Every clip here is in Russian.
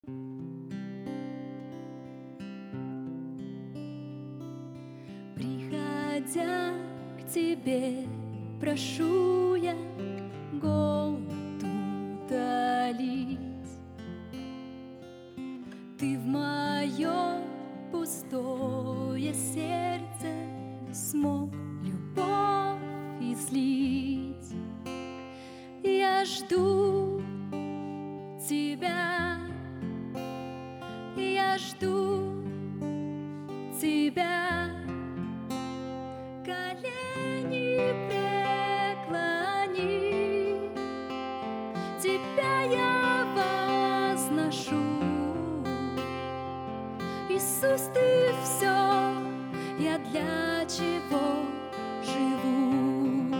Приходя к тебе, прошу я голод утолить. Ты в мое пустое сердце смог любовь излить. Я жду тебя, я жду тебя. Колени преклони, тебя я возношу. Иисус, ты все, я для чего живу.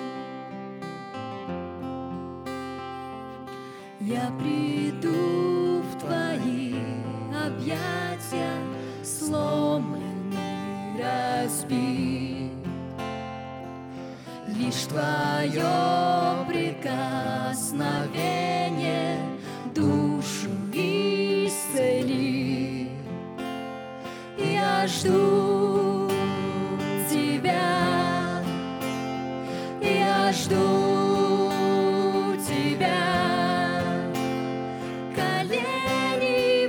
Я приду в твои объятия, сломленный, разбит. Лишь твое прикосновение душу исцелит. Я жду тебя, я жду тебя. Колени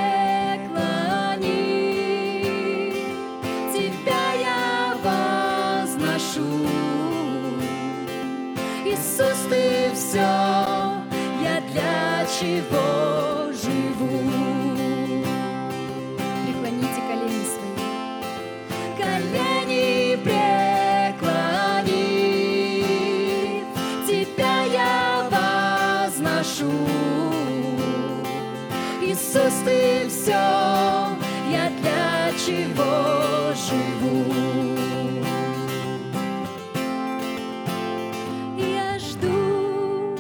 преклони, тебя я возношу. Иисус, ты все, я для чего живу. Преклоните колени свои. Колени преклони, тебя я возношу. Иисус, ты все, я для чего живу. Я жду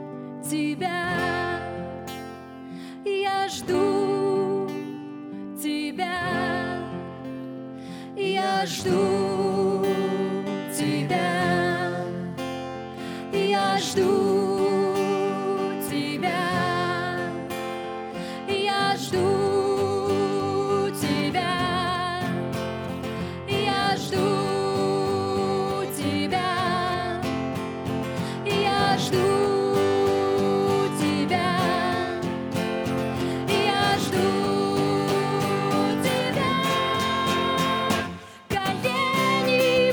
тебя, я жду тебя, я жду тебя, я жду тебя, я жду тебя, я жду тебя, я жду тебя, я жду тебя. Колени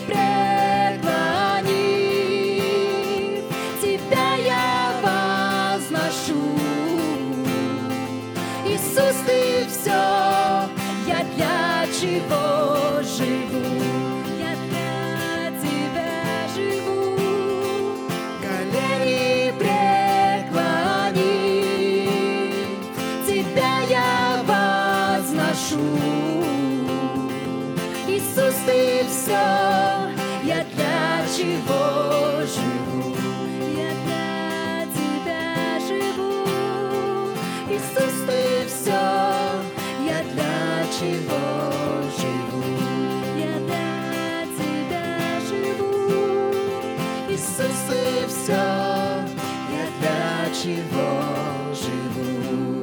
преклони, тебя я возношу. Иисус, ты все, я для чего живу. Я для тебя живу. Колени преклони, тебя я возношу. Иисус, ты все, я для чего живу. Я для тебя живу. Иисус, ты все, я для чего живу. Я для тебя живу. Иисус, ты все, я для чего живу.